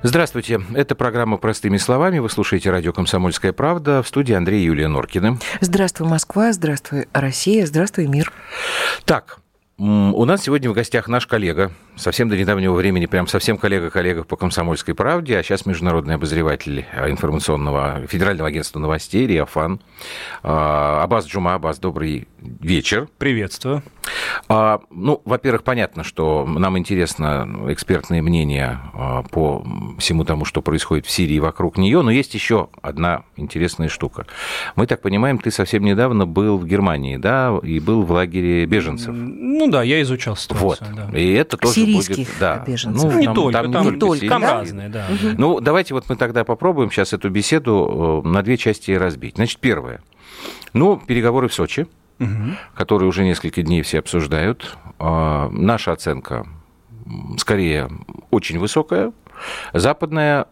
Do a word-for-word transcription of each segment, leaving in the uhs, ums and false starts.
Здравствуйте. Это программа «Простыми словами». Вы слушаете радио «Комсомольская правда». В студии Андрей и Юлия Норкины. Здравствуй, Москва. Здравствуй, Россия. Здравствуй, мир. Так, у нас сегодня в гостях наш коллега. Совсем до недавнего времени прям совсем коллега-коллега по «Комсомольской правде», а сейчас международный обозреватель информационного Федерального агентства новостей РИАФАН. Аббас Джума. Аббас, добрый вечер. Приветствую. А, ну, во-первых, понятно, что нам интересно экспертное мнение по всему тому, что происходит в Сирии и вокруг нее, но есть еще одна интересная штука. Мы так понимаем, ты совсем недавно был в Германии, да, и был в лагере беженцев. Ну да, я изучал ситуацию. Вот. Да. И это тоже сирийских будет, да. беженцев. Ну, не там, только, там, там, не только, там да? разные, да. Угу. Ну, давайте вот мы тогда попробуем сейчас эту беседу на две части разбить. Значит, первое. Ну, переговоры в Сочи, угу. которые уже несколько дней все обсуждают. А, наша оценка, скорее, очень высокая. Западная,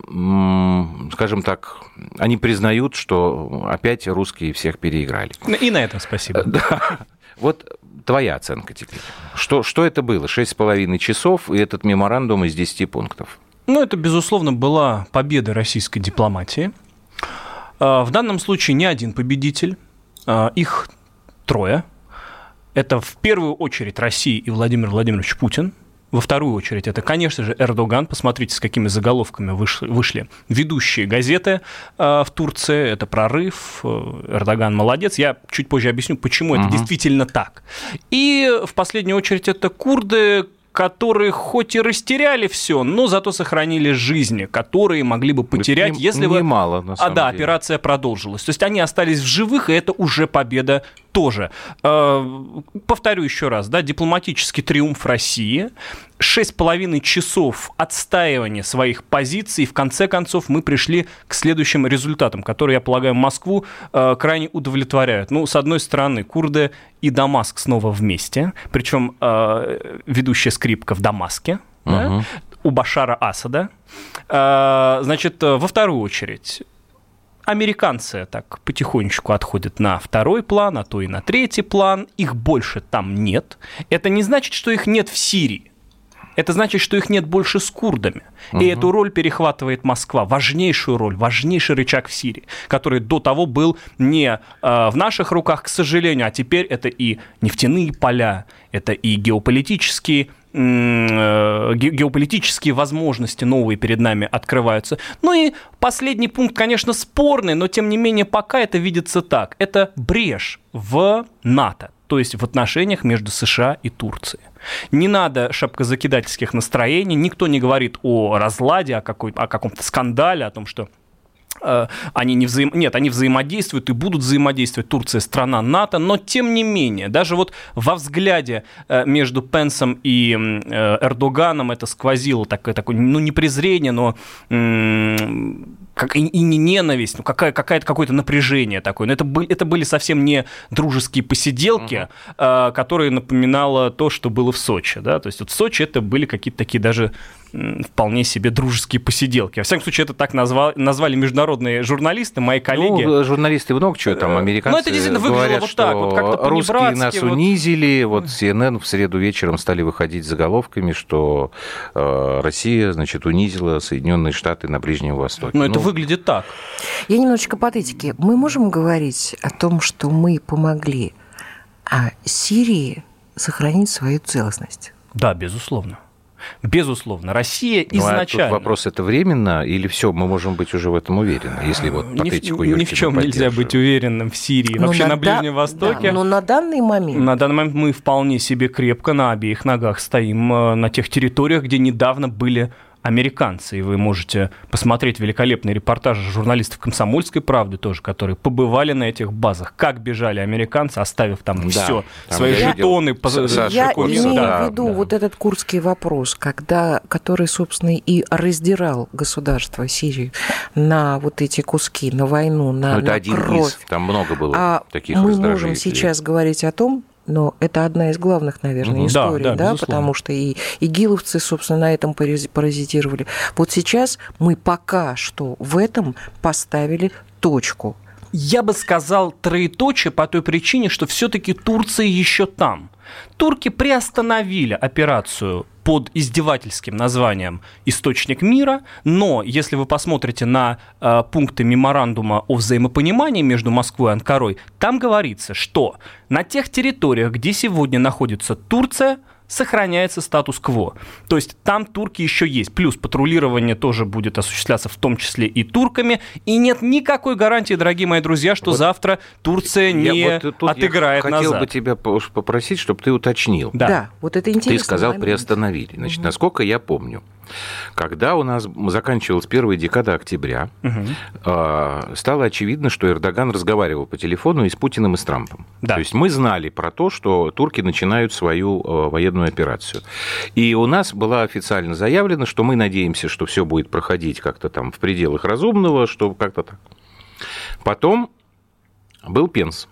скажем так, они признают, что опять русские всех переиграли. И на этом спасибо. Да. Вот твоя оценка теперь. Что, что это было? Шесть с половиной часов и этот меморандум из десяти пунктов. Ну, это, безусловно, была победа российской дипломатии. В данном случае не один победитель, их трое. Это в первую очередь Россия и Владимир Владимирович Путин. Во вторую очередь это, конечно же, Эрдоган. Посмотрите, с какими заголовками вышли, вышли ведущие газеты э, в Турции. Это прорыв, Эрдоган молодец. Я чуть позже объясню, почему uh-huh. это действительно так. И в последнюю очередь это курды, которые хоть и растеряли все, но зато сохранили жизни, которые могли бы потерять, не, если бы... Немало, на самом а, да, деле. операция продолжилась. То есть они остались в живых, и это уже победа тоже. Повторю еще раз, да, дипломатический триумф России, шесть с половиной часов отстаивания своих позиций, и в конце концов мы пришли к следующим результатам, которые, я полагаю, Москву крайне удовлетворяют. Ну, с одной стороны, курды и Дамаск снова вместе, причем ведущая скрипка в Дамаске, угу. да, у Башара Асада. Значит, во вторую очередь... Американцы так потихонечку отходят на второй план, а то и на третий план. Их больше там нет. Это не значит, что их нет в Сирии. Это значит, что их нет больше с курдами. Угу. И эту роль перехватывает Москва. Важнейшую роль, важнейший рычаг в Сирии, который до того был не э, в наших руках, к сожалению, а теперь это и нефтяные поля, это и геополитические геополитические возможности новые перед нами открываются. Ну и последний пункт, конечно, спорный, но тем не менее пока это видится так. Это брешь в НАТО, то есть в отношениях между США и Турцией. Не надо шапкозакидательских настроений, никто не говорит о разладе, о, какой, о каком-то скандале, о том, что они не взаим... Нет, они взаимодействуют и будут взаимодействовать. Турция – страна НАТО, но тем не менее, даже вот во взгляде между Пенсом и Эрдоганом это сквозило такое, такое ну, не презрение, но как и не ненависть, ну, какая, какая-то, какое-то напряжение такое. Но это, были, это были совсем не дружеские посиделки, uh-huh. которые напоминало то, что было в Сочи. Да? То есть вот в Сочи это были какие-то такие даже вполне себе дружеские посиделки. Во всяком случае, это так назвали, назвали международные журналисты, мои коллеги. Ну, журналисты много чего там, американцы ну, это действительно говорят, вот так, вот как-то русские нас вот. унизили. Вот си эн эн в среду вечером стали выходить с заголовками, что э, Россия, значит, унизила Соединенные Штаты на Ближнем Востоке. Но ну, это выглядит так. Я немножечко по этике. Мы можем говорить о том, что мы помогли Сирии сохранить свою целостность? Да, безусловно. Безусловно, Россия ну, изначально... А тут вопрос, это временно или все, мы можем быть уже в этом уверены, если вот патетику Ни, ни в чем нельзя быть уверенным в Сирии, но вообще на, на Ближнем да, Востоке. Да, но на данный момент... На данный момент мы вполне себе крепко на обеих ногах стоим на тех территориях, где недавно были американцы. И вы можете посмотреть великолепные репортажи журналистов «Комсомольской правды» тоже, которые побывали на этих базах. Как бежали американцы, оставив там да, все, там свои жетоны. Я, я имею да, в виду да. вот этот курдский вопрос, когда, который, собственно, и разделял государство Сирии на вот эти куски, на войну, на, это на один кровь. Из, там много было а таких мы раздражителей. можем сейчас говорить о том, но это одна из главных, наверное, историй, да, да, да потому что и игиловцы, собственно, на этом паразитировали. Вот сейчас мы пока что в этом поставили точку. Я бы сказал троеточие по той причине, что все-таки Турция еще там. Турки приостановили операцию по под издевательским названием «Источник мира», но если вы посмотрите на э, пункты меморандума о взаимопонимании между Москвой и Анкарой, там говорится, что на тех территориях, где сегодня находится Турция, сохраняется статус-кво. То есть там турки еще есть. Плюс патрулирование тоже будет осуществляться в том числе и турками. И нет никакой гарантии, дорогие мои друзья, что вот завтра Турция не вот отыграет я назад. Хотел бы тебя попросить, чтобы ты уточнил. Да, да, вот это интересно. Ты сказал, момент. Приостановили. Значит, угу. насколько я помню, когда у нас заканчивалась первая декада октября, угу. стало очевидно, что Эрдоган разговаривал по телефону и с Путиным, и с Трампом. Да. То есть мы знали про то, что турки начинают свою военную операцию. И у нас было официально заявлено, что мы надеемся, что все будет проходить как-то там в пределах разумного, что как-то так. Потом был Пенс,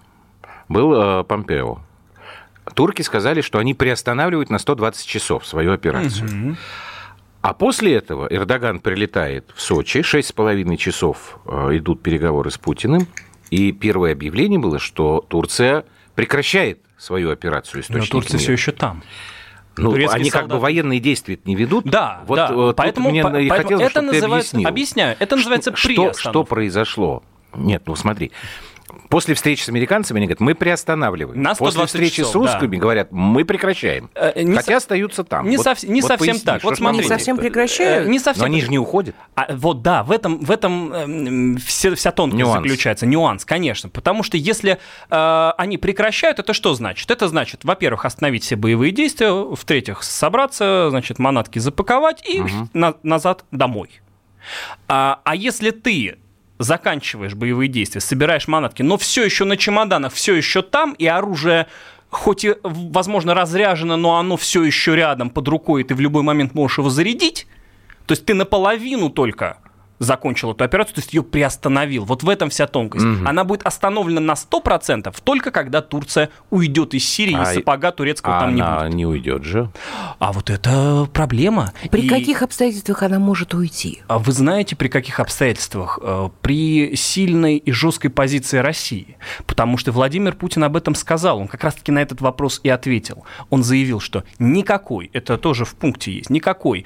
был Помпео. Турки сказали, что они приостанавливают на сто двадцать часов свою операцию. Угу. А после этого Эрдоган прилетает в Сочи, шесть с половиной часов идут переговоры с Путиным, и первое объявление было, что Турция прекращает свою операцию «Источник мира». Но Турция все еще там. Ну, турецкие они солдаты... как бы военные действия не ведут. Да, вот, да. Вот поэтому, мне по, и поэтому хотелось, это чтобы ты объяснил. Объясняю. Это называется что, приостановка. Что, что произошло? Нет, ну смотри. После встречи с американцами они говорят, мы приостанавливаем. На После встречи часов, с русскими да. говорят, мы прекращаем. Э, не Хотя со... остаются там. Не, вот, сов... не вот совсем поясни, так. Вот смотрите. Не совсем прекращают? Не совсем. Но они же не уходят. А, вот да, в этом, в этом э, вся, вся тонкость Нюанс. заключается. Нюанс, конечно. Потому что если э, они прекращают, это что значит? Это значит, во-первых, остановить все боевые действия, в-третьих, собраться, значит, манатки запаковать и угу. на- назад домой. А, а если ты заканчиваешь боевые действия, собираешь манатки, но все еще на чемоданах, все еще там, и оружие хоть и, возможно, разряжено, но оно все еще рядом под рукой, и ты в любой момент можешь его зарядить, то есть ты наполовину только закончил эту операцию, то есть ее приостановил. Вот в этом вся тонкость. Угу. Она будет остановлена на сто процентов только когда Турция уйдет из Сирии, а и сапога турецкого а там не она будет. не уйдет же. А вот это проблема. При и... каких обстоятельствах она может уйти? Вы знаете, при каких обстоятельствах? При сильной и жесткой позиции России. Потому что Владимир Путин об этом сказал. Он как раз-таки на этот вопрос и ответил. Он заявил, что никакой, это тоже в пункте есть, никакой,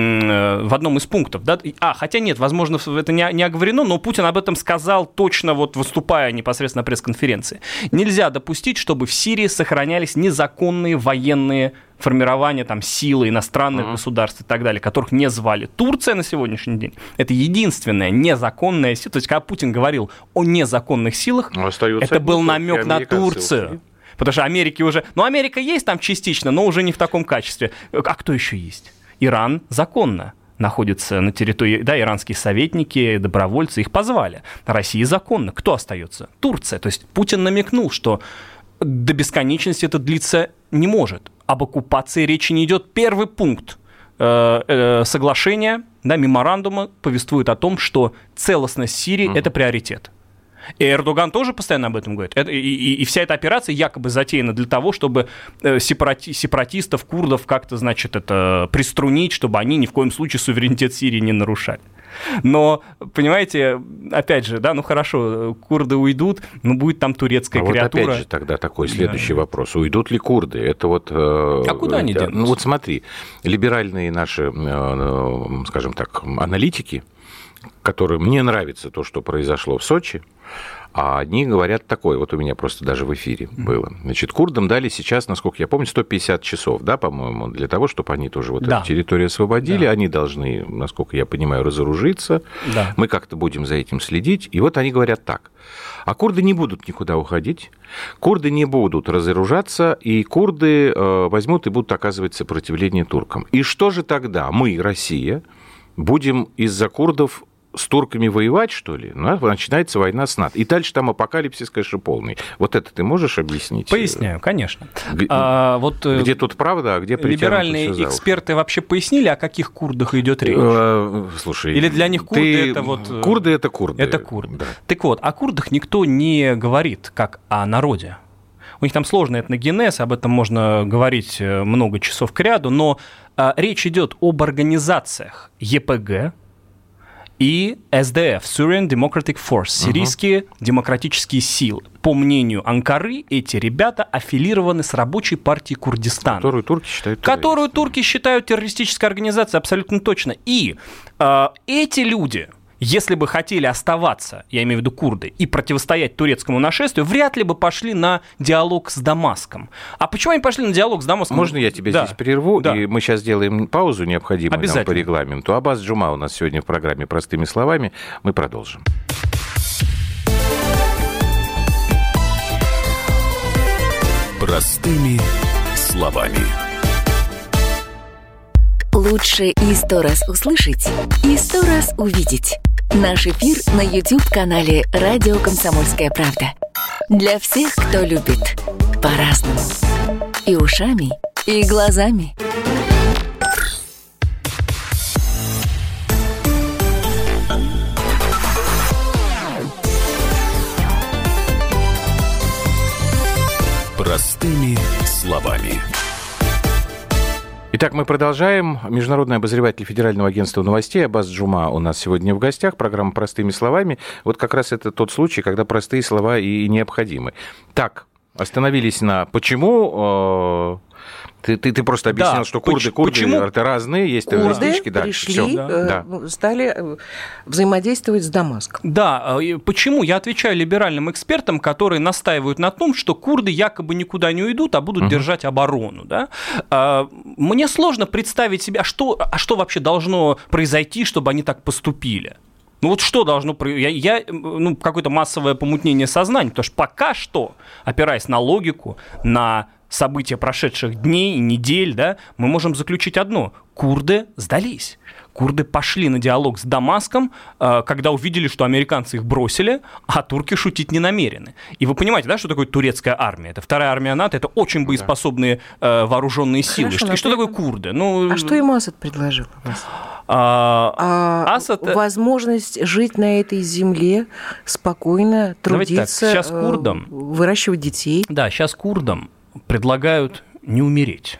в одном из пунктов, да, а, хотя нет, возможно, Возможно, это не, не оговорено, но Путин об этом сказал точно, вот выступая непосредственно на пресс-конференции. Нельзя допустить, чтобы в Сирии сохранялись незаконные военные формирования, там, силы иностранных uh-huh. государств и так далее, которых не звали. Турция на сегодняшний день – это единственная незаконная сила. То есть, когда Путин говорил о незаконных силах, это был намек на Турцию. Потому что Америки уже... Ну, Америка есть там частично, но уже не в таком качестве. А кто еще есть? Иран законно находятся на территории, да, иранские советники, добровольцы, их позвали. Россия законно. Кто остается? Турция. То есть Путин намекнул, что до бесконечности это длиться не может. Об оккупации речи не идет. Первый пункт э, э, соглашения, да, меморандума повествует о том, что целостность Сирии mm-hmm. – это приоритет. И Эрдоган тоже постоянно об этом говорит. Это, и, и, и вся эта операция якобы затеяна для того, чтобы сепарати, сепаратистов, курдов как-то, значит, это приструнить, чтобы они ни в коем случае суверенитет Сирии не нарушали. Но, понимаете, опять же, да, ну хорошо, курды уйдут, но будет там турецкая а креатура. Вот опять же тогда такой следующий да. вопрос. Уйдут ли курды? Это вот... А куда они денутся? Ну вот смотри, либеральные наши, скажем так, аналитики, которым мне нравится то, что произошло в Сочи, а они говорят такое, вот у меня просто даже в эфире было. Значит, курдам дали сейчас, насколько я помню, сто пятьдесят часов, да, по-моему, для того, чтобы они тоже вот да. эту территорию освободили. Да. Они должны, насколько я понимаю, разоружиться. Да. Мы как-то будем за этим следить. И вот они говорят так. А курды не будут никуда уходить, курды не будут разоружаться, и курды возьмут и будут оказывать сопротивление туркам. И что же тогда мы, Россия, будем из-за курдов с турками воевать, что ли? Ну, начинается война с НАТО. И дальше там апокалипсис, конечно, полный. Вот это ты можешь объяснить? Поясняю, конечно. Г- а, вот, где тут правда, а где притянуто либеральные эксперты вообще пояснили, о каких курдах идет речь? А, слушай, или для них курды ты... это вот... Курды это курды. Это курды. Да. Так вот, о курдах никто не говорит, как о народе. У них там сложный этногенез, об этом можно говорить много часов кряду, но а, речь идет об организациях е пэ гэ, и эс ди эф, Syrian Democratic Force, сирийские uh-huh. демократические силы. По мнению Анкары, эти ребята аффилированы с рабочей партией Курдистана. Которую турки считают террористической. Которую турки считают террористической организацией, абсолютно точно. И э, эти люди... Если бы хотели оставаться, я имею в виду курды, и противостоять турецкому нашествию, вряд ли бы пошли на диалог с Дамаском. А почему они пошли на диалог с Дамаском? Можно я тебя да. здесь прерву? Да. И мы сейчас сделаем паузу необходимую нам по регламенту. Аббас Джума у нас сегодня в программе «Простыми словами». Мы продолжим. Простыми словами. Лучше и сто раз услышать, и сто раз увидеть. Наш эфир на YouTube-канале «Радио Комсомольская правда». Для всех, кто любит по-разному. И ушами, и глазами. Простыми словами. Итак, мы продолжаем. Международный обозреватель Федерального агентства новостей Аббас Джума у нас сегодня в гостях. Программа «Простыми словами». Вот как раз это тот случай, когда простые слова и необходимы. Так, остановились на «почему». Ты, ты, ты просто объяснил, да, что курды, курды почему это разные, есть террористические. Курды пришли, да. стали взаимодействовать с Дамаском. Да, почему? Я отвечаю либеральным экспертам, которые настаивают на том, что курды якобы никуда не уйдут, а будут угу. держать оборону. Да? Мне сложно представить себе, а что, а что вообще должно произойти, чтобы они так поступили? Ну вот что должно произойти? Я, я, ну, какое-то массовое помутнение сознания, потому что пока что, опираясь на логику, на события прошедших дней и недель, да, мы можем заключить одно. Курды сдались. Курды пошли на диалог с Дамаском, когда увидели, что американцы их бросили, а турки шутить не намерены. И вы понимаете, да, что такое турецкая армия? Это вторая армия НАТО, это очень боеспособные вооруженные силы. Хорошо, и что такое курды? Ну, а что им Асад предложил? А, а, Асад... Возможность жить на этой земле, спокойно трудиться, так, сейчас курдам, выращивать детей. Да, сейчас курдам предлагают не умереть.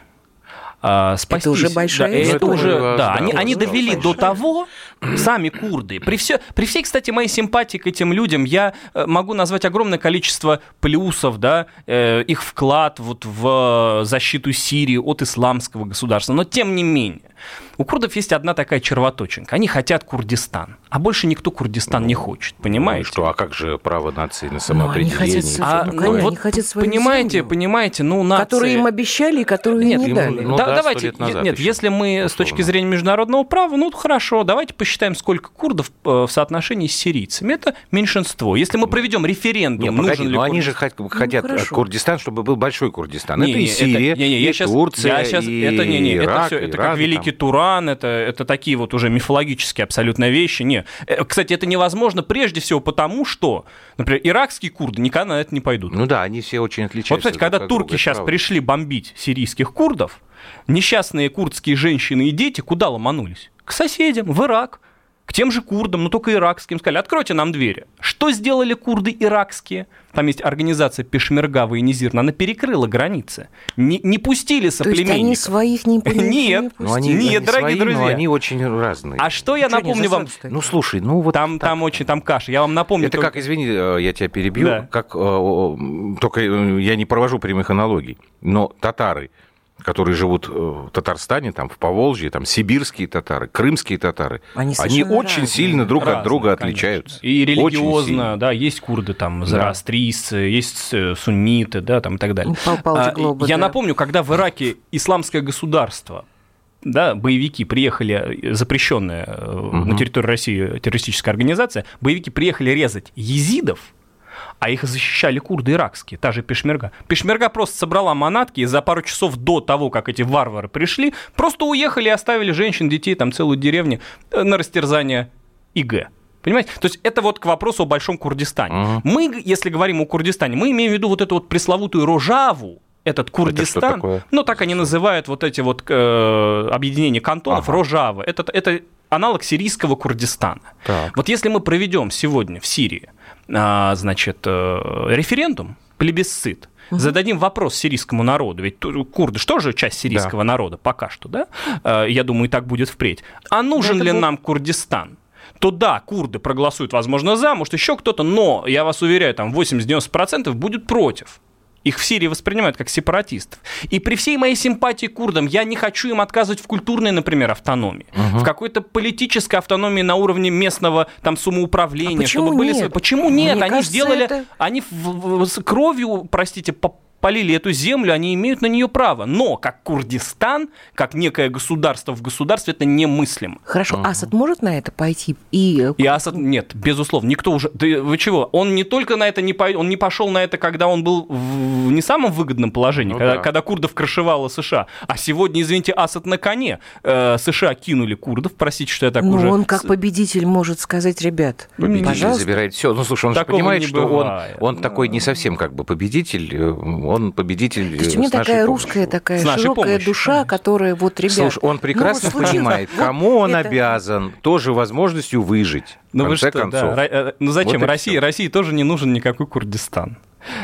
А, спастись. Это уже большая да, история. Это уже, да, они, они довели большая. До того, сами курды, при, все, при всей, кстати, моей симпатии к этим людям, я могу назвать огромное количество плюсов, да, э, их вклад вот в защиту Сирии от исламского государства, но тем не менее. У курдов есть одна такая червоточинка. Они хотят Курдистан, а больше никто Курдистан ну, не хочет, понимаете? Ну, что, а как же право нации на самоопределение? Они хотят, а, ну, ну, вот, они хотят свою понимаете, землю, понимаете, ну, нации... Которые им обещали и которые нет, не им, дали. Ну, да, да, давайте, нет, еще, если мы условно. С точки зрения международного права, ну, хорошо, давайте посчитаем, сколько курдов в соотношении с сирийцами. Это меньшинство. Если мы проведем референдум, нет, нужен погоди, ли но Курдистан? они же хотят ну, Курдистан, чтобы был большой Курдистан. Не, это не, и Сирия, это, не, не, и сейчас, Турция, сейчас, и это, не, не, Ирак, это, все, это как Великий там. Туран, это, это такие вот уже мифологические абсолютно вещи. Не. Кстати, это невозможно прежде всего потому, что, например, иракские курды никогда на это не пойдут. Ну да, они все очень отличаются. Вот, кстати, когда турки сейчас правда. Пришли бомбить сирийских курдов, несчастные курдские женщины и дети куда ломанулись? К соседям, в Ирак, к тем же курдам, но только иракским. Сказали, откройте нам двери. Что сделали курды иракские? Там есть организация Пешмерга военизированная, она перекрыла границы. Не, не пустили соплеменников. То есть они своих не, не Нет, ну, они, нет, они дорогие свои, друзья. Но они очень разные. А что я что напомню вам? Ну, слушай, ну вот... Там, там очень, там каша. Я вам напомню... Это только... как, извини, я тебя перебью, да. как, только я не провожу прямых аналогий, но татары, которые живут в Татарстане, там, в Поволжье, там, сибирские татары, крымские татары, они, они очень разные. Сильно друг разные, от друга конечно. Отличаются. И религиозно, да, есть курды, там, зороастрийцы, да. есть сунниты, да, там, и так далее. А, Глоба, я да. напомню, когда в Ираке исламское государство, да, боевики приехали, запрещенная угу. на территории России террористическая организация, боевики приехали резать езидов, а их защищали курды иракские, та же Пешмерга. Пешмерга просто собрала манатки и за пару часов до того, как эти варвары пришли, просто уехали и оставили женщин, детей, там целую деревню на растерзание ИГ. Понимаете? То есть это вот к вопросу о Большом Курдистане. Uh-huh. Мы, если говорим о Курдистане, мы имеем в виду вот эту вот пресловутую Рожаву, этот Курдистан, это ну так они называют вот эти вот э, объединения кантонов, ага. Рожава. Это, это аналог сирийского Курдистана. Так. Вот если мы проведем сегодня в Сирии, э, значит, э, референдум, плебисцит, угу. зададим вопрос сирийскому народу, ведь курды что же часть сирийского да. народа пока что, да? Э, я думаю, и так будет впредь. А нужен ли нам Курдистан? то да, курды проголосуют, возможно, за, может, еще кто-то, но, я вас уверяю, там восемьдесят-девяносто процентов будет против. Их в Сирии воспринимают как сепаратистов. И при всей моей симпатии к курдам я не хочу им отказывать в культурной, например, автономии, угу. в какой-то политической автономии на уровне местного там самоуправления. А почему чтобы нет? Были... Почему нет? Мне они кажется, сделали, это... они в... с кровью, простите, по полили эту землю, они имеют на нее право. Но как Курдистан, как некое государство в государстве, это немыслимо. Хорошо, uh-huh. Асад может на это пойти? И, и Асад, нет, безусловно, никто уже... Да вы чего? Он не только на это не пойдет, он не пошел на это, когда он был в не самом выгодном положении, ну, когда, да. когда курдов крышевало США. А сегодня, извините, Асад на коне. Э, США кинули курдов, простите, что я так Но уже... Ну, он как победитель может сказать, ребят, победитель пожалуйста. Забирает все. Ну, слушай, он же понимает, что он, он такой не совсем как бы победитель, он победитель. То есть у меня такая русская, такая широкая помощью. душа, которая вот, ребят... Слушай, он прекрасно ну, понимает, вот кому он это... обязан тоже возможностью выжить. Ну в конце вы что, концов. Да. Ну зачем? Вот России, России тоже не нужен никакой Курдистан.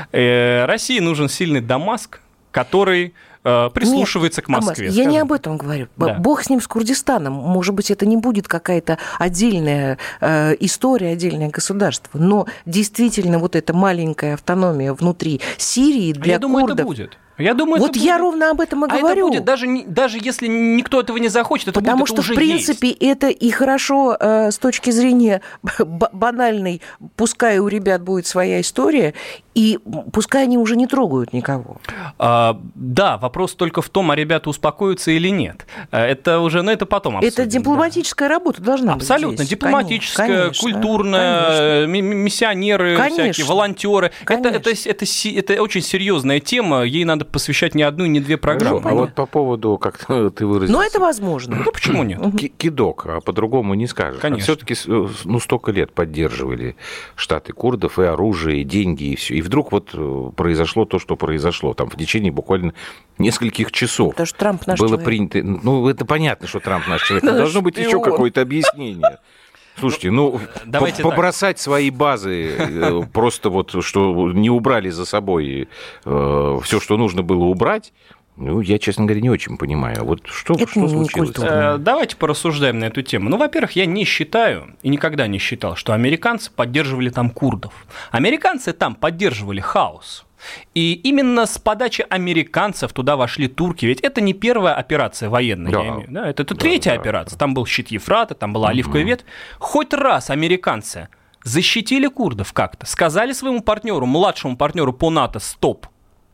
Э, России нужен сильный Дамаск, который... прислушивается Нет, к Москве. Я скажем. не об этом говорю. Да. Бог с ним, с Курдистаном. Может быть, это не будет какая-то отдельная э, история, отдельное государство. Но действительно вот эта маленькая автономия внутри Сирии для я думаю, курдов... это будет. Я думаю, вот это я будет. ровно об этом и а говорю. Это будет, даже, даже если никто этого не захочет, это Потому будет, что, это уже в принципе, есть. это и хорошо э, с точки зрения банальной, пускай у ребят будет своя история, и пускай они уже не трогают никого. А, да, вопрос только в том, а ребята успокоятся или нет. Это уже, ну, это потом обсудим. Это дипломатическая да. работа должна Абсолютно. быть здесь. Дипломатическая, конечно, культурная, конечно. миссионеры конечно. всякие, волонтеры. Это, это, это, это очень серьезная тема, ей надо посвящать не одну, не две программы. Ну, а вот по поводу, как ты выразился... Ну, это возможно. Ну, почему нет? Кидок, а по-другому не скажешь. Конечно. А все-таки ну, столько лет поддерживали штаты курдов, и оружие, и деньги, и все. И вдруг вот произошло то, что произошло. Там в течение буквально нескольких часов Потому что Трамп наш было человек. принято... Ну, это понятно, что Трамп наш человек. Но должно быть еще какое-то объяснение. Слушайте, ну, Давайте побросать так. свои базы, просто вот, что не убрали за собой э, все, что нужно было убрать, ну, я, честно говоря, не очень понимаю. Вот что, что случилось? Э, давайте порассуждаем на эту тему. Ну, во-первых, я не считаю, и никогда не считал, что американцы поддерживали там курдов. Американцы там поддерживали хаос. И именно с подачи американцев туда вошли турки. Ведь это не первая операция военная, да. я имею. Да, это, это да, третья да, операция. Там был щит Ефрата, там была оливковая ветвь. Хоть раз американцы защитили курдов как-то, сказали своему партнеру, младшему партнеру по НАТО, стоп.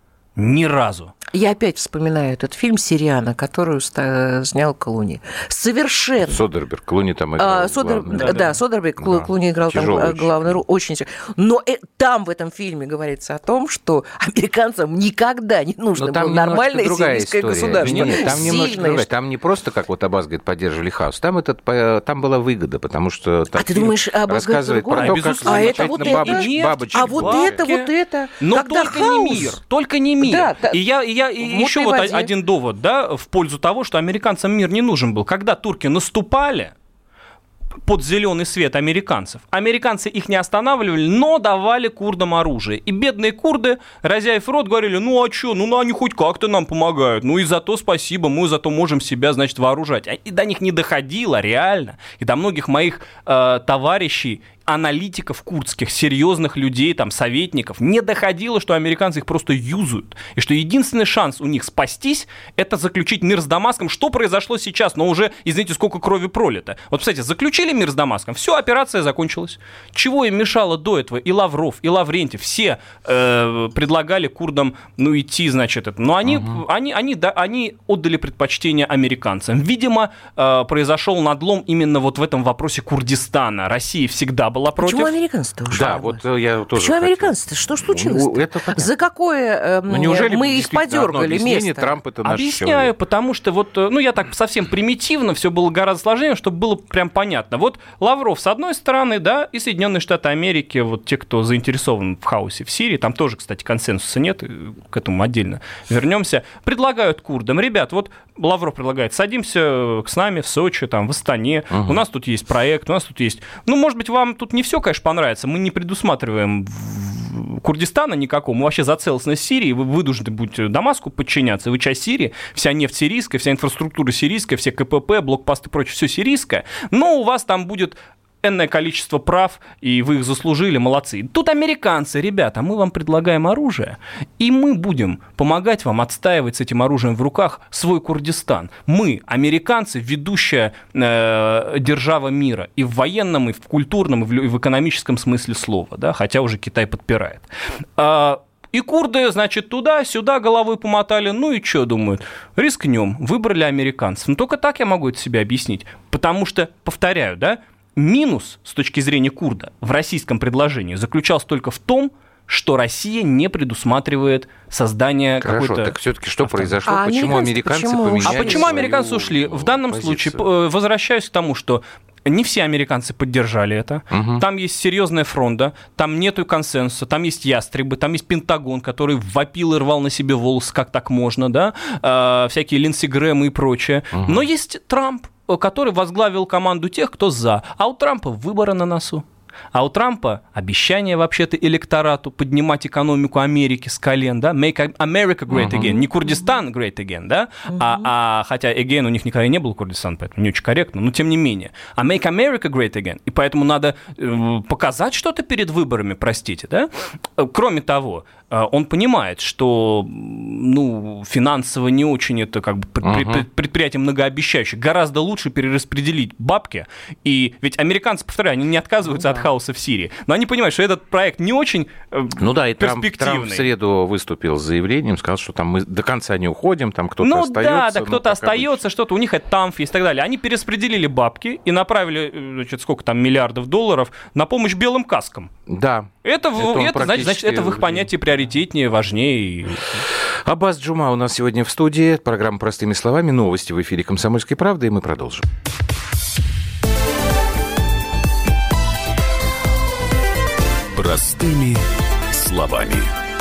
Ни разу. Я опять вспоминаю этот фильм «Сириана», который снял Клуни. Совершенно. Содерберг. Клуни там играл. А, Содер... главный, да, да, да, Содерберг. Да. Клуни играл Тяжелый там главную роль. Очень. Но э, там в этом фильме говорится о том, что американцам никогда не нужно было нормальное сирийское государство. Нет, нет, там немножко другая. Там не просто, как вот Аббас говорит, поддерживали хаос. Там, этот, там была выгода, потому что... А ты думаешь, Аббас рассказывает про то, как а это вот это, бабочки, бабочки, а вот это, вот это. Но только хаос. не мир. Только не мир. Да, да. И я, и я и еще вот воде. один довод, да, в пользу того, что американцам мир не нужен был. Когда турки наступали под зеленый свет американцев, американцы их не останавливали, но давали курдам оружие. И бедные курды, разяев рот, говорили, ну а что, ну они хоть как-то нам помогают, ну и за то спасибо, мы зато можем себя, значит, вооружать. И до них не доходило реально. И до многих моих э, товарищей, аналитиков курдских, серьезных людей, там, советников, не доходило, что американцы их просто юзают. И что единственный шанс у них спастись, это заключить мир с Дамаском. Что произошло сейчас? Но уже, извините, сколько крови пролито. Вот, кстати, заключили мир с Дамаском, все, операция закончилась. Чего им мешало до этого? И Лавров, и Лаврентьев, все э, предлагали курдам, ну, идти, значит, это. Но они, угу. они, они, да, они отдали предпочтение американцам. Видимо, э, произошел надлом именно вот в этом вопросе Курдистана. Россия всегда была против. Почему американцы-то ушли? Да, вот я тоже Почему американцы-то? Что случилось? Ну, За какое э, ну, неужели мы их подергали место? Трамп это наш Объясняю, человек. Потому что вот, ну, я так совсем примитивно, все было гораздо сложнее, чтобы было прям понятно. Вот Лавров с одной стороны, да, и Соединенные Штаты Америки, вот те, кто заинтересован в хаосе в Сирии, там тоже, кстати, консенсуса нет, к этому отдельно вернемся, предлагают курдам, ребят, вот Лавров предлагает, садимся с нами в Сочи, там, в Астане, угу. у нас тут есть проект, у нас тут есть, ну, может быть, вам тут не все, конечно, понравится, мы не предусматриваем Курдистана никакого, мы вообще за целостность Сирии, вы вынуждены будете Дамаску подчиняться, вы часть Сирии, вся нефть сирийская, вся инфраструктура сирийская, все КПП, блокпосты и прочее, все сирийское, но у вас там будет энное количество прав, и вы их заслужили, молодцы. Тут американцы, ребята, мы вам предлагаем оружие, и мы будем помогать вам отстаивать с этим оружием в руках свой Курдистан. Мы, американцы, ведущая э, держава мира и в военном, и в культурном, и в, и в экономическом смысле слова, да, хотя уже Китай подпирает. А, и курды, значит, туда-сюда головой помотали, ну и что, думают, рискнем, выбрали американцев. Но только так я могу это себе объяснить, потому что, повторяю, да, минус с точки зрения курда в российском предложении заключался только в том, что Россия не предусматривает создание Хорошо, какой-то... так все-таки что произошло? А почему американцы почему? поменяли А почему американцы ушли? В данном позицию? случае, возвращаюсь к тому, что не все американцы поддержали это. Угу. Там есть серьезная фронта, там нету консенсуса, там есть ястребы, там есть Пентагон, который вопил и рвал на себе волосы, как так можно, да? А, всякие Линдси Грэмы и прочее. Угу. Но есть Трамп, который возглавил команду тех, кто за. А у Трампа выборы на носу. А у Трампа обещание вообще-то электорату поднимать экономику Америки с колен, да, make America great again, uh-huh. не Курдистан great again, да, uh-huh. а, а хотя again у них никогда не был Курдистан, поэтому не очень корректно, но тем не менее, а make America great again, и поэтому надо э, показать что-то перед выборами, простите, да. Кроме того, он понимает, что, ну, финансово не очень это как бы uh-huh. предприятие многообещающее. Гораздо лучше перераспределить бабки. И ведь американцы, повторяю, они не отказываются uh-huh. от хаоса в Сирии. Но они понимают, что этот проект не очень ну да, и перспективный. Трамп, Трамп в среду выступил с заявлением, сказал, что там мы до конца не уходим, там кто-то ну, остается. Да, да, кто-то остается, обычно. Что-то у них это тамф есть и так далее. Они перераспределили бабки и направили, значит, сколько там миллиардов долларов на помощь белым каскам. Да. Это, это, это значит, значит, это в их понятии приоритетнее, важнее. Аббас Джума у нас сегодня в студии. Программа «Простыми словами». Новости в эфире «Комсомольской правды», и мы продолжим. Простыми словами.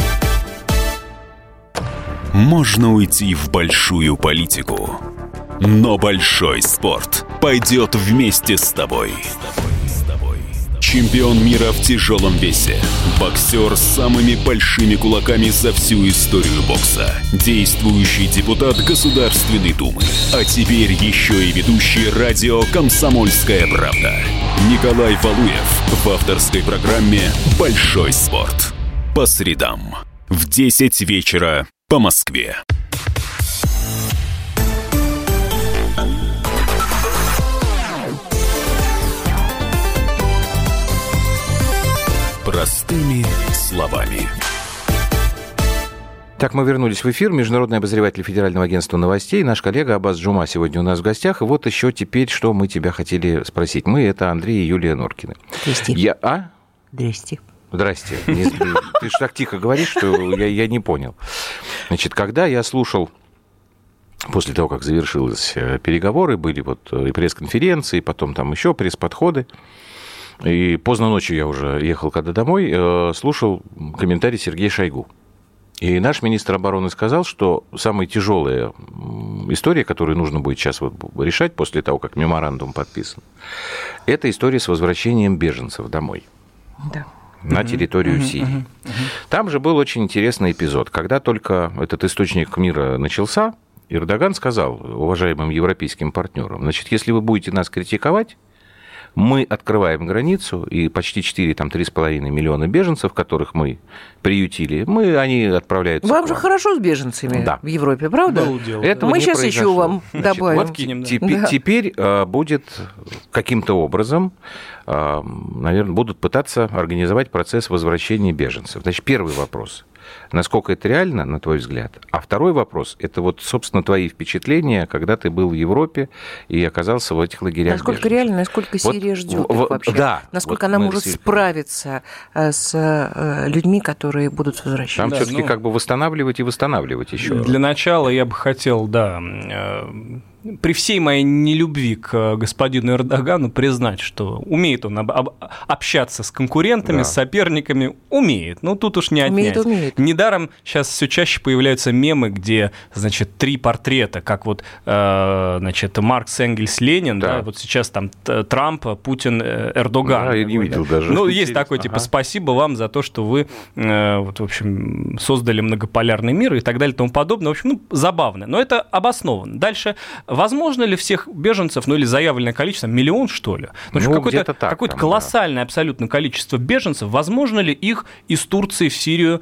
Можно уйти в большую политику, но большой спорт пойдет вместе с тобой. Чемпион мира в тяжелом весе. Боксер с самыми большими кулаками за всю историю бокса. Действующий депутат Государственной Думы. А теперь еще и ведущий радио «Комсомольская правда». Николай Валуев в авторской программе «Большой спорт». По средам в десять вечера по Москве. Простыми словами. Так, мы вернулись в эфир. Международный обозреватель Федерального агентства новостей. Наш коллега Аббас Джума сегодня у нас в гостях. И вот еще теперь, что мы тебя хотели спросить. Мы — это Андрей и Юлия Норкины. Здрасте. Я... А? Здрасте. Здрасте. Ты же так тихо говоришь, что я, я не понял. Значит, когда я слушал... После того, как завершились переговоры, были вот и пресс-конференции, потом там еще пресс-подходы. И поздно ночью я уже ехал когда домой, слушал комментарий Сергея Шойгу. И наш министр обороны сказал, что самая тяжелая история, которую нужно будет сейчас вот решать после того, как меморандум подписан, это история с возвращением беженцев домой. Да. На территорию uh-huh, Сирии. Uh-huh, uh-huh. Там же был очень интересный эпизод. Когда только этот источник мира начался, Эрдоган сказал уважаемым европейским партнерам, значит, если вы будете нас критиковать, мы открываем границу, и почти четыре, там, три с половиной миллиона беженцев, которых мы приютили, мы, они отправляются вам к же вам. Хорошо с беженцами да. в Европе, правда? Это мы сейчас произошло. Еще вам Значит, добавим. вот теперь, да. теперь а, будет каким-то образом, а, наверное, будут пытаться организовать процесс возвращения беженцев. Значит, первый вопрос. Насколько это реально, на твой взгляд? А второй вопрос, это вот, собственно, твои впечатления, когда ты был в Европе и оказался в этих лагерях. Насколько беженцев. реально, насколько Сирия вот, ждет их вообще? Да. Насколько вот она может с... справиться с людьми, которые будут возвращаться? Там да, все-таки ну... как бы восстанавливать и восстанавливать еще. Для начала я бы хотел, да, при всей моей нелюбви к господину Эрдогану признать, что умеет он об, об, общаться с конкурентами, да. с соперниками, умеет. Ну, тут уж не отнять. Умеет, умеет. Недаром сейчас все чаще появляются мемы, где, значит, три портрета, как вот, э, значит, Маркс, Энгельс, Ленин, да. Да, вот сейчас там Трамп, Путин, Эрдоган. Да, я не видел да. даже. Ну, есть такой, типа, ага. спасибо вам за то, что вы, э, вот, в общем, создали многополярный мир и так далее и тому подобное. В общем, ну, забавно, но это обоснованно. Дальше возможно ли всех беженцев, ну или заявленное количество, миллион, что ли? Ну, ну какое-то, так, какое-то там, колоссальное да. абсолютно количество беженцев, возможно ли их из Турции в Сирию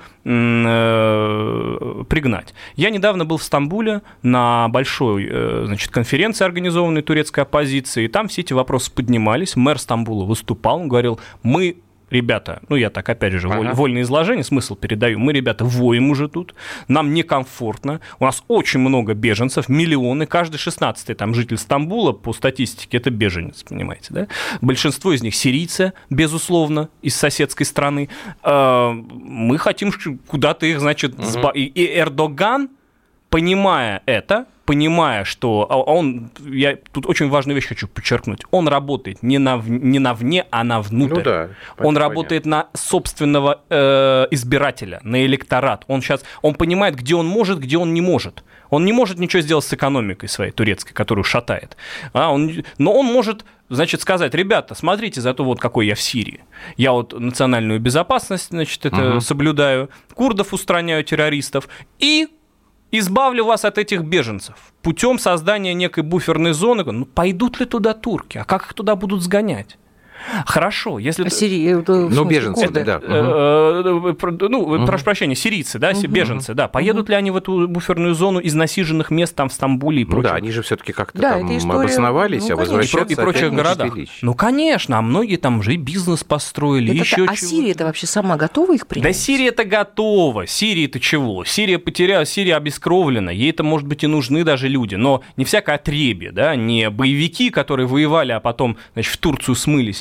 э, пригнать? Я недавно был в Стамбуле на большой э, значит, конференции, организованной турецкой оппозицией, и там все эти вопросы поднимались. Мэр Стамбула выступал, он говорил, мы... Ребята, ну я так опять же ага. вольное изложение, смысл передаю, мы, ребята, воем уже тут, нам некомфортно, у нас очень много беженцев, миллионы, каждый шестнадцатый там житель Стамбула, по статистике, это беженец, понимаете, да? Большинство из них сирийцы, безусловно, из соседской страны. Мы хотим куда-то их, значит, угу. сба... и Эрдоган, понимая это, понимая, что он, я тут очень важную вещь хочу подчеркнуть, он работает не, на, не на вне, а на внутрь. Ну да, он работает понятно. На собственного э, избирателя, на электорат. Он сейчас, он понимает, где он может, где он не может. Он не может ничего сделать с экономикой своей турецкой, которую шатает. А он, но он может, значит, сказать, ребята, смотрите, зато вот какой я в Сирии. Я вот национальную безопасность, значит, это угу. соблюдаю, курдов устраняю, террористов, и избавлю вас от этих беженцев путем создания некой буферной зоны. Ну, пойдут ли туда турки? А как их туда будут сгонять? Хорошо, если... А Сирия, ну, беженцы, да. Ну, прошу прощения, сирийцы, да, беженцы, да. Поедут ли они в эту буферную зону из насиженных мест там в Стамбуле и прочее? Ну да, они же все-таки как-то там обосновались, а возвращаться и прочих городах. Ну, конечно, а многие там уже и бизнес построили, еще чего-то. А Сирия-то вообще сама готова их принять? Да Сирия-то готова. Сирия-то чего? Сирия потеряла, Сирия обескровлена, ей это, может быть, и нужны даже люди, но не всякое отребье, да, не боевики, которые воевали, а потом, значит, в Турцию смылись,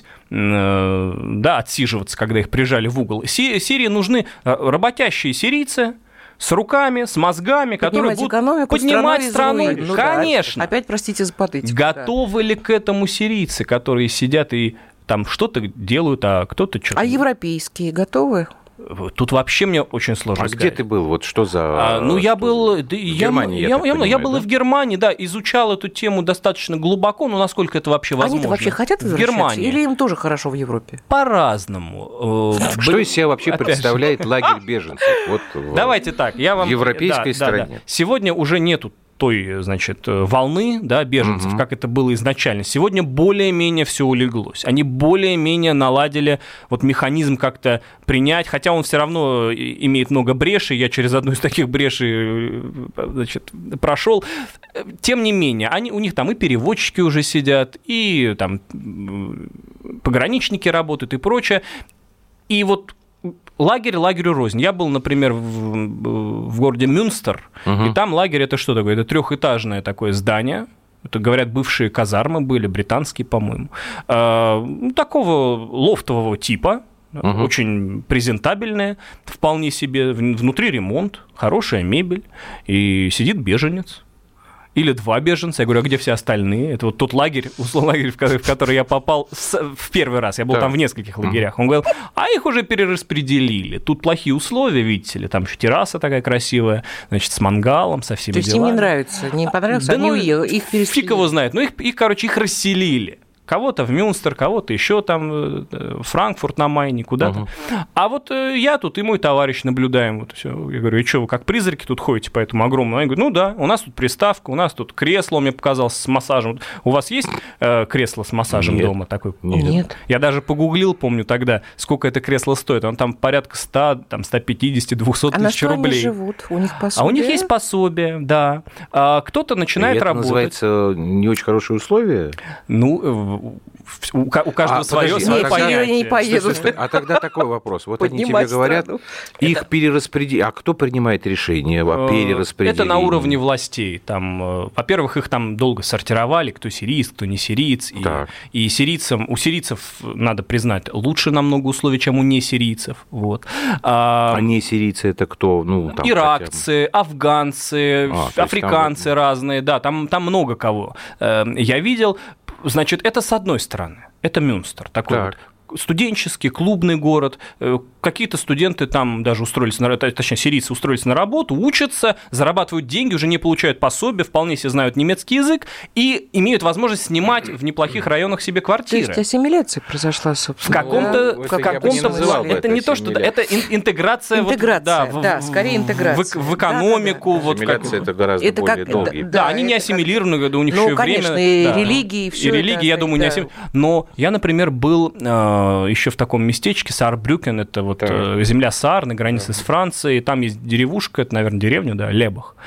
да, отсиживаться, когда их прижали в угол. Сирии нужны работящие сирийцы с руками, с мозгами, которые будут поднимать страну. Ну, конечно. Да, опять, простите за патетику. Готовы да. ли к этому сирийцы, которые сидят и там что-то делают, а кто-то что-то... А европейские готовы? Тут вообще мне очень сложно а сказать. где ты был? Вот что за... А, ну, я был... В я, Германии, я, я, я, я, понимаю, я был да? и в Германии, да, изучал эту тему достаточно глубоко, но насколько это вообще возможно. Они-то вообще хотят возвращаться? В Германии. Или им тоже хорошо в Европе? По-разному. Что из себя вообще представляет лагерь беженцев? Вот давайте так, я вам... В европейской да, стране. Да, да. Сегодня уже нету той, значит, волны, да, беженцев, угу. как это было изначально. Сегодня более-менее все улеглось. Они более-менее наладили вот механизм как-то принять, хотя он все равно имеет много брешей, я через одну из таких брешей, значит, прошел. Тем не менее, они, у них там и переводчики уже сидят, и там пограничники работают и прочее. И вот лагерь лагерю рознь. Я был, например, в, в городе Мюнстер, угу. и там лагерь – это что такое? Это трехэтажное такое здание. Это, говорят, бывшие казармы были, британские, по-моему. А, ну, такого лофтового типа, угу. очень презентабельное, вполне себе. Внутри ремонт, хорошая мебель, и сидит беженец. Или два беженца. Я говорю, а где все остальные? Это вот тот лагерь, условно, лагерь, в который я попал в первый раз. Я был да. там в нескольких лагерях. Он говорил, а их уже перераспределили. Тут плохие условия, видите ли. Там еще терраса такая красивая, значит, с мангалом, со всеми делами. То есть делами. Им не нравится, не понравилось, да, они ну, уехали, их переселили. Фиг его знает. Ну, их, их, короче, их расселили. Кого-то в Мюнстер, кого-то еще там, Франкфурт на Майне, куда-то. Угу. А вот я тут и мой товарищ наблюдаем. Вот все. Я говорю, и что, вы как призраки тут ходите по этому огромному? Они говорят, ну да, у нас тут приставка, у нас тут кресло, он мне показал, с массажем. У вас есть э, кресло с массажем Нет. дома? Такой? Нет. Я даже погуглил, помню тогда, сколько это кресло стоит. Он там порядка сто, там, сто пятьдесят, двести а тысяч рублей. Они живут? У них пособие? А у них есть пособие, да. А кто-то начинает и это работать. называется не очень хорошие условия? Ну, у, у каждого а, свое, подожди, свое нет, понятие. Они не поедут. Стой, стой, стой. А тогда такой вопрос. Вот они тебе говорят, страну. Их это... перераспределить. А кто принимает решение о перераспределении? Это на уровне властей. Там, во-первых, их там долго сортировали, кто сириец, кто не сириец. И, и сирийцам, у сирийцев, надо признать, лучше намного условий, чем у несирийцев. Вот. А, а несирийцы это кто? Ну, там иракцы, хотя... афганцы, а, африканцы там... разные. Да, там, там много кого. Я видел. Значит, это с одной стороны, это Мюнстер, такой так. вот студенческий, клубный город. Какие-то студенты там даже устроились, на, точнее, сирийцы устроились на работу, учатся, зарабатывают деньги, уже не получают пособия, вполне себе знают немецкий язык и имеют возможность снимать в неплохих районах себе квартиры. То есть ассимиляция произошла, собственно. В каком-то... Ну, в каком-то не это, это не то, что... Это интеграция... Интеграция, вот, да, в, скорее интеграция. В, в экономику. Да, да, да. Вот ассимиляция как... это гораздо это более как, долгий. Да, да, они не ассимилированы, у них ну, еще конечно, время... и да. религии, и все И религии, это, я думаю, да. не ассимилированы. Но я, например, был э, еще в таком местечке, Саарбрюкен, это вот э, земля Саар на границе да. с Францией, там есть деревушка, это, наверное, деревня, да, Лебах.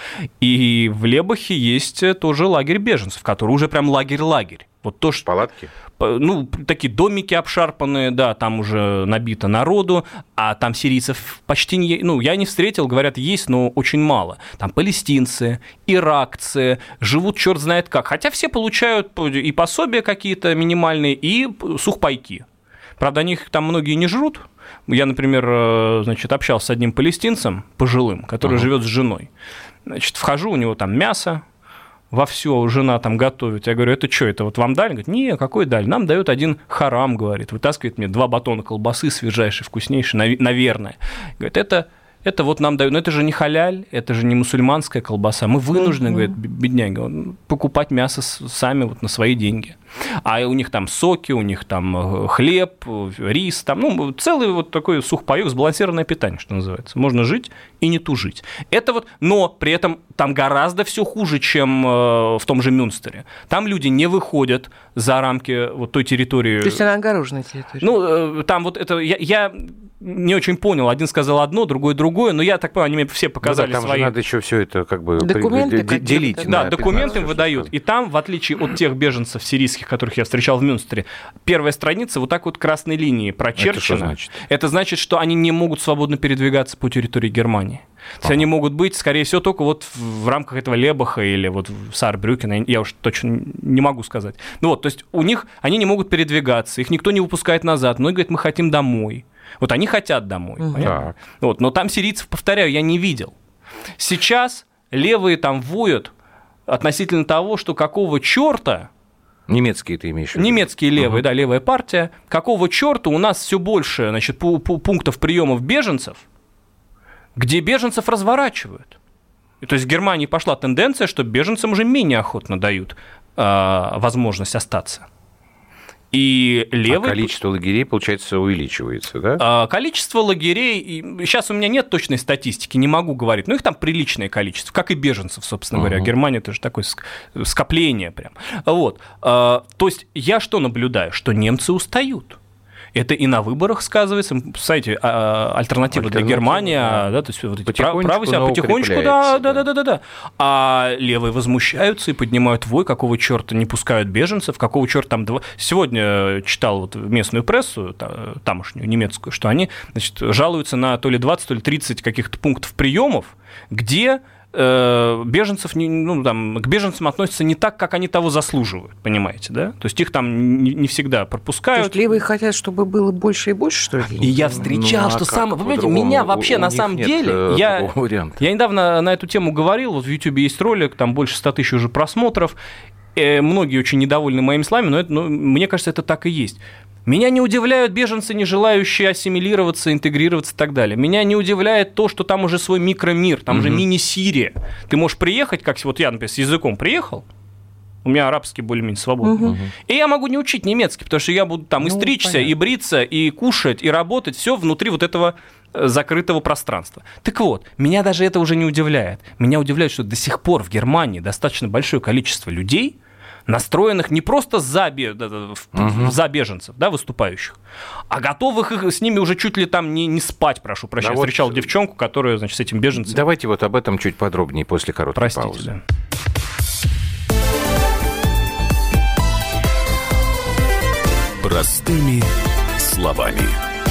И в Лебахе есть тоже лагерь беженцев, который уже прям лагерь-лагерь. Вот то, что... Палатки? Ну, такие домики обшарпанные, да, там уже набито народу, а там сирийцев почти не... Ну, я не встретил, говорят, есть, но очень мало. Там палестинцы, иракцы, живут черт знает как. Хотя все получают и пособия какие-то минимальные, и сухпайки. Правда, они их там многие не жрут. Я, например, значит, общался с одним палестинцем пожилым, который uh-huh. живет с женой. Значит, вхожу, у него там мясо, во все жена там готовит. Я говорю, это что, это вот вам дали? Говорит, не, какой дали? Нам дают один харам, говорит. Вытаскивает мне два батона колбасы свежайшей, вкуснейшей, наверное. Говорит, это, это вот нам дают. Но это же не халяль, это же не мусульманская колбаса. Мы вынуждены, mm-hmm. говорит, бедняга, покупать мясо сами вот на свои деньги. А у них там соки, у них там хлеб, рис, там, ну, целый вот такой сухпайок, сбалансированное питание, что называется. Можно жить и не тужить. Это вот, но при этом там гораздо все хуже, чем в том же Мюнстере. Там люди не выходят за рамки вот той территории. То есть она огороженная территория? Ну, там вот это, я, я не очень понял. Один сказал одно, другой другое, но я так понимаю, они мне все показали ну, да, там свои... же надо еще все это как бы документы д- делить. Да, на документы выдают. И там, в отличие от тех беженцев сирийских, которых я встречал в Мюнстере, первая страница вот так вот красной линией прочерчена. Это что значит? Это значит, что они не могут свободно передвигаться по территории Германии. То есть ага. они могут быть, скорее всего, только вот в рамках этого Лебаха или вот в Саарбрюкена, я уж точно не могу сказать. Ну вот, то есть у них, они не могут передвигаться, их никто не выпускает назад. Многие говорят, мы хотим домой. Вот они хотят домой. Угу. Вот, но там сирийцев, повторяю, я не видел. Сейчас левые там воют относительно того, что какого черта... Немецкие ты имеешь в виду? Немецкие левые, uh-huh. да, левая партия. Какого черта у нас все больше, значит, пунктов приемов беженцев, где беженцев разворачивают. И, то есть в Германии пошла тенденция, что беженцам уже менее охотно дают э, возможность остаться. И левый... А количество лагерей, получается, увеличивается, да? Количество лагерей... Сейчас у меня нет точной статистики, не могу говорить, но их там приличное количество, как и беженцев, собственно uh-huh. говоря. Германия – это же такое скопление прям. Вот. То есть я что наблюдаю? Что немцы устают. Это и на выборах сказывается. Кстати, альтернатива для Германии, да. Да, то есть вот эти правые себя потихонечку, да, да, да, да, да, да. А левые возмущаются и поднимают вой, какого черта не пускают беженцев, какого черта там... Два... Сегодня читал вот местную прессу, тамошнюю, немецкую, что они, значит, жалуются на то ли двадцать, то ли тридцать каких-то пунктов приемов, где... беженцев, ну, там, к беженцам относятся не так, как они того заслуживают, понимаете, да? То есть их там не, не всегда пропускают. То есть левые хотят, чтобы было больше и больше, что ли? И я встречал, ну, а что самое... Вы понимаете, меня вообще у, на у самом деле... Я, я недавно на эту тему говорил, вот в Ютубе есть ролик, там больше ста тысяч уже просмотров, э, многие очень недовольны моими словами, но, это, ну, мне кажется, это так и есть. Меня не удивляют беженцы, не желающие ассимилироваться, интегрироваться и так далее. Меня не удивляет то, что там уже свой микромир, там mm-hmm. же мини-Сирия. Ты можешь приехать, как вот я, например, с языком приехал, у меня арабский более-менее свободный, mm-hmm. и я могу не учить немецкий, потому что я буду там и стричься, ну, и бриться, и кушать, и работать, все внутри вот этого закрытого пространства. Так вот, меня даже это уже не удивляет. Меня удивляет, что до сих пор в Германии достаточно большое количество людей, настроенных не просто за, uh-huh. за беженцев, да, выступающих, а готовых их, с ними уже чуть ли там не, не спать, прошу прощения. Да, встречал вот... девчонку, которая, значит, с этим беженцем... Давайте вот об этом чуть подробнее после короткой Простите, паузы. Да. Простыми словами.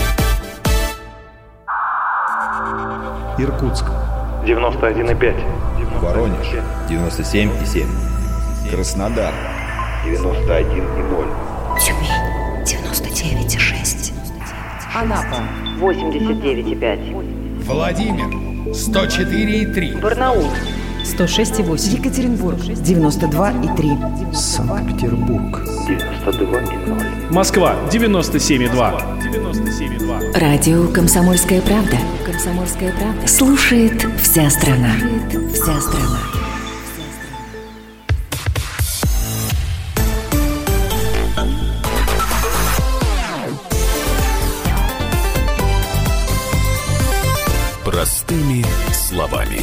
Иркутск. девяносто один и пять. Воронеж. девяносто семь и семь. Краснодар. девяносто один и ноль. Тюмень. девяносто девять и шесть. Анапа. восемьдесят девять и пять. Владимир. сто четыре и три. Барнаул. сто шесть и восемь. Екатеринбург девяносто два и три. Санкт-Петербург девяносто два и ноль. Москва девяносто семь и два. Радио «Комсомольская правда». «Комсомольская правда». Слушает вся страна. Слушает вся страна. Простыми словами.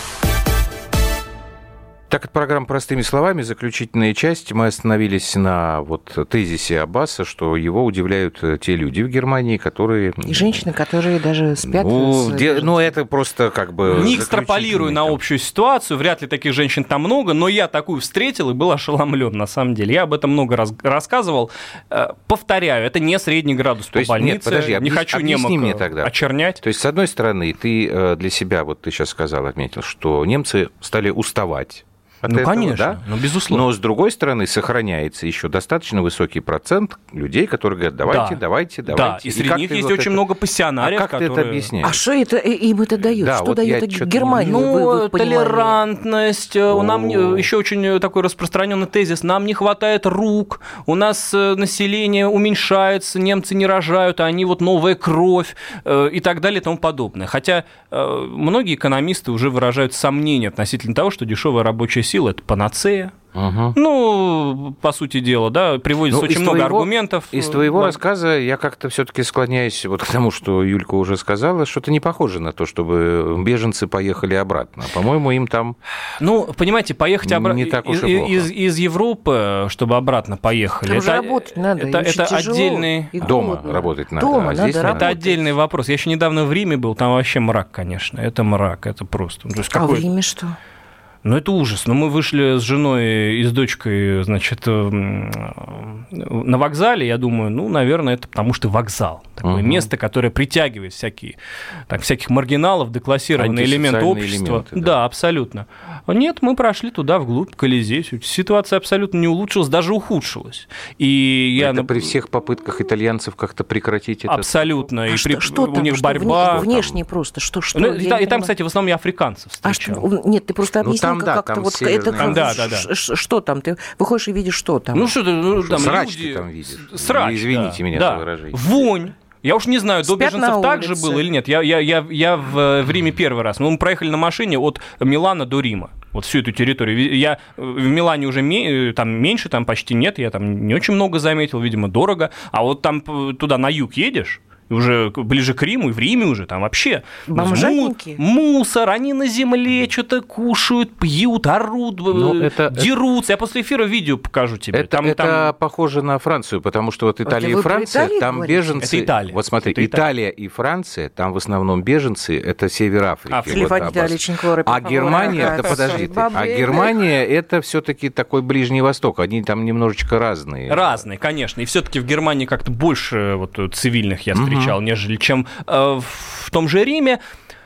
Так, это программа «Простыми словами», заключительная часть. Мы остановились на вот тезисе Аббаса, что его удивляют те люди в Германии, которые... И женщины, которые даже спят. Ну, де... ну это просто как бы... Не экстраполирую на общую ситуацию, вряд ли таких женщин там много, но я такую встретил и был ошеломлен, на самом деле. Я об этом много раз рассказывал. Повторяю, это не средний градус по больнице. Нет, подожди, объяс... не хочу немок мне тогда. очернять. То есть, с одной стороны, ты для себя, вот ты сейчас сказал, отметил, что немцы стали уставать. Ну, этого, конечно, да? ну, безусловно. Но, с другой стороны, сохраняется еще достаточно высокий процент людей, которые говорят, давайте, да. давайте, давайте. Да, и среди и них есть вот очень это... много пассионариев, а как которые... ты это объясняешь? А что это им это дает? Да, что вот дает Германии? Ну, вы, вы толерантность. О. Нам еще очень такой распространенный тезис. Нам не хватает рук, у нас население уменьшается, немцы не рожают, а они вот новая кровь и так далее и тому подобное. Хотя многие экономисты уже выражают сомнения относительно того, что дешевая рабочая сила сила – это панацея. Угу. Ну, по сути дела, да, приводится ну, очень много твоего, аргументов. Из твоего да. рассказа я как-то все-таки склоняюсь вот к тому, что Юлька уже сказала, что-то не похоже на то, чтобы беженцы поехали обратно. По-моему, им там... Ну, понимаете, поехать обратно не так уж из, и плохо. Из, из Европы, чтобы обратно поехали. Там это, же работать надо, это, это отдельный... Дома работать надо. Дома а надо здесь работать. Это отдельный вопрос. Я еще недавно в Риме был, там вообще мрак, конечно. Это мрак, это просто... То есть а какой... в Риме что? Ну, это ужас. Но мы вышли с женой и с дочкой, значит, на вокзале. Я думаю, ну, наверное, это потому что вокзал. Такое угу. место, которое притягивает всякие, так, всяких маргиналов, деклассированный элемент общества. Элементы, да. да, абсолютно. Нет, мы прошли туда, вглубь, Колизей. Ситуация абсолютно не улучшилась, даже ухудшилась. И я... Это при всех попытках итальянцев как-то прекратить это? Абсолютно. А и что, при... что у там, них что борьба. Внешне просто. Что, что? Ну, и, и там, кстати, в основном я африканцев встречал. А что... Нет, ты просто объяснил, ну, там, да, как-то там вот северные... это как... да, да, да. Ш- что там? Ты выходишь и видишь, что там? Ну, что-то... Ну, там срач люди... ты там видишь. Срач, извините да, меня да. за выражение. Вонь. Я уж не знаю, до Спят беженцев так же было или нет. Я, я, я, я в, в Риме первый раз. Мы проехали на машине от Милана до Рима. Вот всю эту территорию. Я в Милане уже ме, там меньше, там почти нет. Я там не очень много заметил, видимо, дорого. А вот там туда на юг едешь, уже ближе к Риму, и в Риме уже там вообще бомжатники. Мусор, они на земле что-то кушают, пьют, орут, ну, это, дерутся. Я после эфира видео покажу тебе. Это, там, это там... похоже на Францию, потому что вот Италия и Франция, там говорите? Беженцы... Это Италия. Вот смотри, это Италия и Франция, там в основном беженцы, это север Африки. А, вот, а Германия, да подожди ты, а Германия это все-таки такой Ближний Восток, они там немножечко разные. Разные, конечно, и все-таки в Германии как-то больше вот, цивильных я встречал. Нежели чем э, в том же Риме.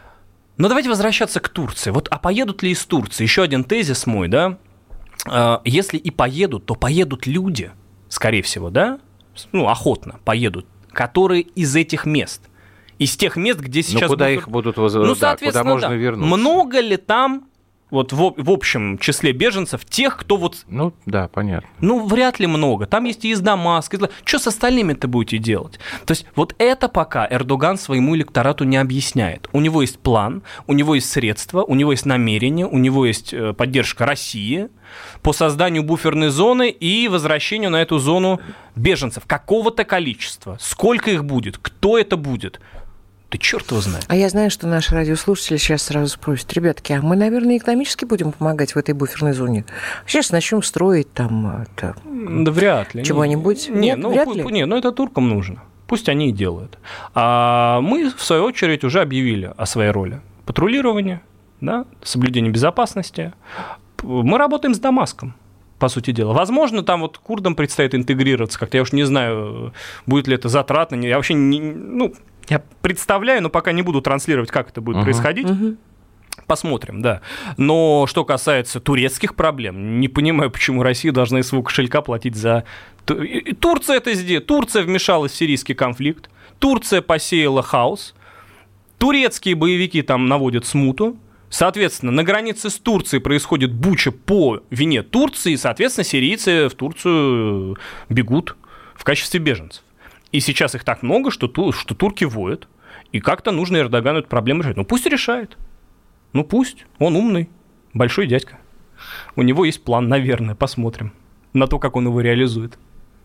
Но давайте возвращаться к Турции. Вот, а поедут ли из Турции? Еще один тезис мой, да? Э, если и поедут, то поедут люди, скорее всего, да? Ну, охотно поедут, которые из этих мест. Из тех мест, где сейчас... Ну, куда будут... их будут возвращать? Ну, соответственно, куда можно да. вернуться? Много ли там... Вот в, в общем числе беженцев, тех, кто вот... Ну, да, понятно. Ну, вряд ли много. Там есть и из Дамаска. Что с остальными-то будете делать? То есть вот это пока Эрдоган своему электорату не объясняет. У него есть план, у него есть средства, у него есть намерение, у него есть поддержка России по созданию буферной зоны и возвращению на эту зону беженцев. Какого-то количества. Сколько их будет? Кто это будет? Да черт его знает. А я знаю, что наши радиослушатели сейчас сразу спросят: ребятки, а мы, наверное, экономически будем помогать в этой буферной зоне? Сейчас начнем строить там это, да вряд ли. Чего-нибудь? Нет, нет, ну, вряд пу- ли? Нет, ну это туркам нужно. Пусть они и делают. А мы, в свою очередь, уже объявили о своей роли. Патрулирование, да, соблюдение безопасности. Мы работаем с Дамаском, по сути дела. Возможно, там вот курдам предстоит интегрироваться как-то. Я уж не знаю, будет ли это затратно. Я вообще не... Ну, я представляю, но пока не буду транслировать, как это будет uh-huh. происходить. Uh-huh. Посмотрим, да. Но что касается турецких проблем, не понимаю, почему Россия должна из своего кошелька платить за... Турция это сделала. Турция вмешалась в сирийский конфликт. Турция посеяла хаос. Турецкие боевики там наводят смуту. Соответственно, на границе с Турцией происходит буча по вине Турции, и, соответственно, сирийцы в Турцию бегут в качестве беженцев. И сейчас их так много, что, ту, что турки воют. И как-то нужно Эрдогану эту проблему решать. Ну, пусть решает. Ну, пусть. Он умный, большой дядька. У него есть план, наверное. Посмотрим на то, как он его реализует.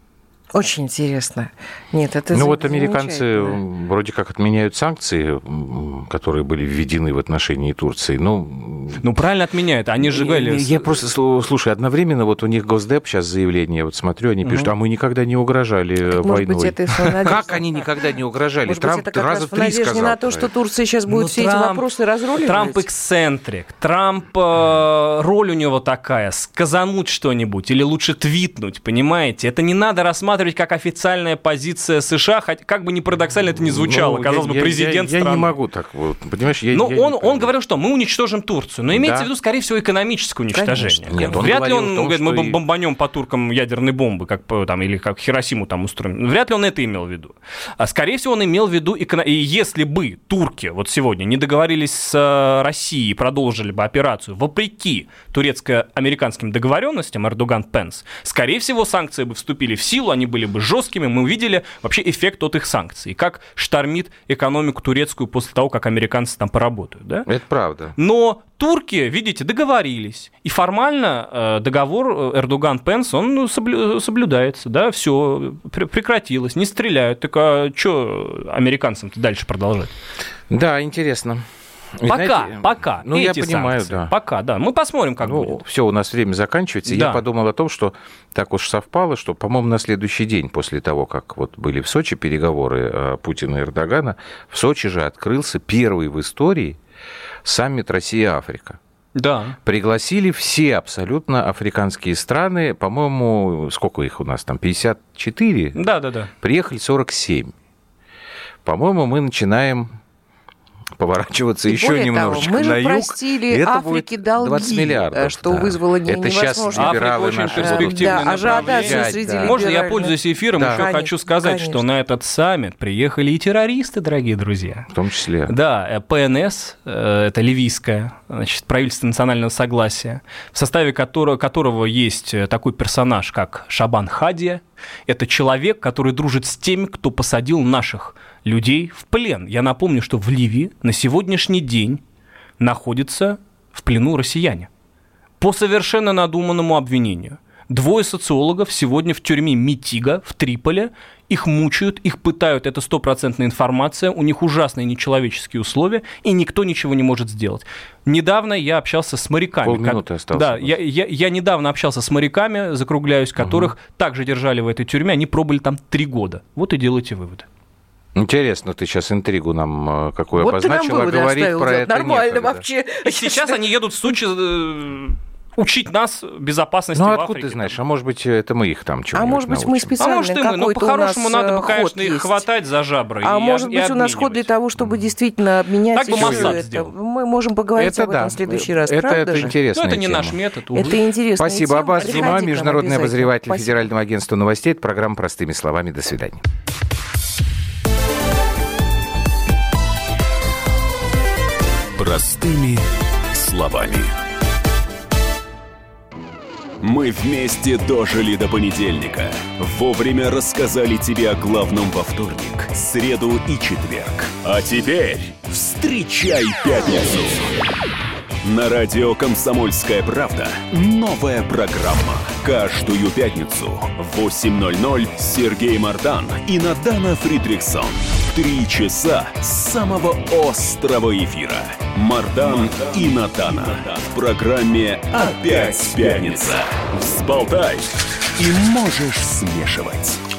Очень интересно. Нет, это Ну вот американцы вроде как отменяют санкции, которые были введены в отношении Турции. Ну, ну правильно отменяют, они сжигали... Я, я просто, слушай, одновременно вот у них Госдеп сейчас заявление, я вот смотрю, они пишут, угу. а мы никогда не угрожали так, войной. Может быть, это надежда... Как они никогда не угрожали? Может Трамп быть, это как раза раз три надежде сказал. на то, что Турция сейчас будет ну, все Трамп, эти вопросы разруливать? Трамп эксцентрик, Трамп э, роль у него такая, сказануть что-нибудь или лучше твитнуть, понимаете? Это не надо рассматривать как официальная позиция США, хотя как бы ни парадоксально это ни звучало, ну, казалось я, бы, президент я, я, страны. Я не могу так, вот, понимаешь? Я, но я он, он говорил, что мы уничтожим Турцию, но имеется да. в виду, скорее всего, экономическое уничтожение. Нет, он Вряд ли он том, говорит, мы и... бомбанем по туркам ядерные бомбы, как, там, или как Хиросиму там устроим. Вряд ли он это имел в виду. А, скорее всего, он имел в виду, и если бы турки вот сегодня не договорились с Россией и продолжили бы операцию вопреки турецко-американским договоренностям Эрдоган-Пенс, скорее всего, санкции бы вступили в силу, они были бы жесткими, мы увидели вообще эффект от их санкций, как штормит экономику турецкую после того, как американцы там поработают. Да? Это правда. Но турки, видите, договорились. И формально э, договор Эрдоган-Пенс, он ну, соблю, соблюдается. Да? Все пр- прекратилось, не стреляют. Так а что американцам-то дальше продолжать? Да, интересно. Пока, знаете, пока. Ну, эти я понимаю, санкции. да. Пока, да. Мы посмотрим, как ну, будет. Все, у нас время заканчивается. Да. Я подумал о том, что так уж совпало, что, по-моему, на следующий день после того, как вот были в Сочи переговоры Путина и Эрдогана, в Сочи же открылся первый в истории саммит Россия-Африка. Да. Пригласили все абсолютно африканские страны, по-моему, сколько их у нас там, пятьдесят четыре? Да, да, да. Приехали сорок семь. По-моему, мы начинаем поворачиваться и еще немножечко того, мы же на юг. простили Африке долги, двадцать миллиардов, что да. вызвало не, это невозможно. Африка очень перспективное да, ажиотаж среди да. Можно я, пользуясь эфиром, да. еще конечно, хочу сказать, конечно. что на этот саммит приехали и террористы, дорогие друзья. В том числе. Да, ПНС, это ливийское, значит, правительство национального согласия, в составе которого, которого есть такой персонаж, как Шабан Хадия. Это человек, который дружит с теми, кто посадил наших людей в плен. Я напомню, что в Ливии на сегодняшний день находятся в плену россияне. По совершенно надуманному обвинению. Двое социологов сегодня в тюрьме Митига в Триполи. Их мучают, их пытают. Это стопроцентная информация. У них ужасные нечеловеческие условия, и никто ничего не может сделать. Недавно я общался с моряками. Полминуты осталось. Да, я, я, я недавно общался с моряками, закругляюсь, которых угу. также держали в этой тюрьме. Они пробыли там три года. Вот и делайте выводы. Интересно, ты сейчас интригу нам какую вот обозначила, говорить оставил, про да, это нормально некогда. Вообще. И сейчас они едут в Сочи учить нас безопасности ну, в откуда Африке. ты знаешь? А может быть, это мы их там чего-нибудь А может быть, научим? мы специально а может, и мы. Ну, по-хорошему, надо бы, конечно, их есть. хватать за жабры. А и, может и быть, у нас ход для того, чтобы действительно обменять так бы Моссад это. сделал. Мы можем поговорить это об этом да. в следующий раз, это, правда это же? интересная Ну, это не тема. наш метод, увы. Это интересно. Спасибо. Аббас Джума, международный обозреватель Спасибо. Федерального агентства новостей. Это программа «Простыми словами». До свидания. Простыми словами. Мы вместе дожили до понедельника. Вовремя рассказали тебе о главном во вторник, среду и четверг. А теперь встречай пятницу. На радио «Комсомольская правда» новая программа. Каждую пятницу в восемь ноль ноль Сергей Мардан и Надана Фридрихсон. Три часа самого острого эфира. Мардан и Надана. В программе «Опять пятница». Взболтай и можешь смешивать.